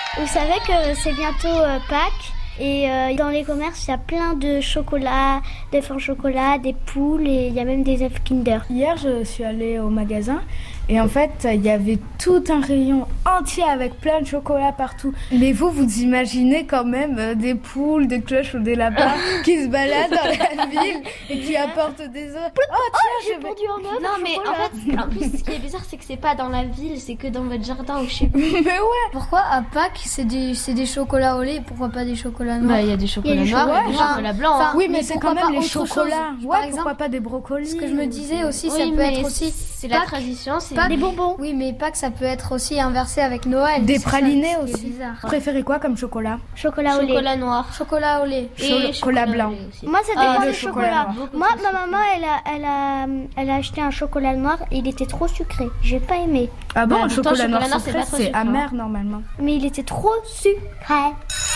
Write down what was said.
Vous savez que c'est bientôt Pâques et dans les commerces, il y a plein de chocolats, des flans au chocolat, des poules et il y a même des œufs Kinder. Hier, je suis allée au magasin et en fait, il y avait tout un rayon entier avec plein de chocolat partout. Mais vous imaginez quand même des poules, des cloches ou des lapins qui se baladent dans la ville et qui apportent des œufs. Oh tiens, j'ai pondu un œuf. Non mais en plus, ce qui est bizarre, c'est que c'est pas dans la ville, c'est que dans votre jardin ou chez vous. Mais ouais. Pourquoi à Pâques c'est des chocolats au lait et pourquoi pas des chocolats noirs? Bah il y a des chocolats noirs, il y a des chocolats blancs. Oui, mais c'est pourquoi quand même pas les autre chose? chocolats. Par Ouais, exemple, pourquoi pas des brocolis? Ce que je me disais aussi, ça Oui, peut mais être aussi c'est la Pâques. tradition, c'est Pâques. Des bonbons. Oui, mais Pâques, ça peut être aussi inversé avec Noël. Des C'est ça, pralinés ce qui est aussi. bizarre. Vous préférez quoi comme chocolat? Chocolat au lait. chocolat noir. Chocolat au lait. Et Chocolat blanc. au lait aussi. Moi, ça dépend le du chocolat chocolat. noir. Moi, ma maman, elle a acheté un chocolat noir et il était trop sucré. J'ai pas aimé. Ah bon, Bah, le pourtant, chocolat noir c'est sucré, pas trop c'est sucré, amer normalement. Mais il était trop sucré.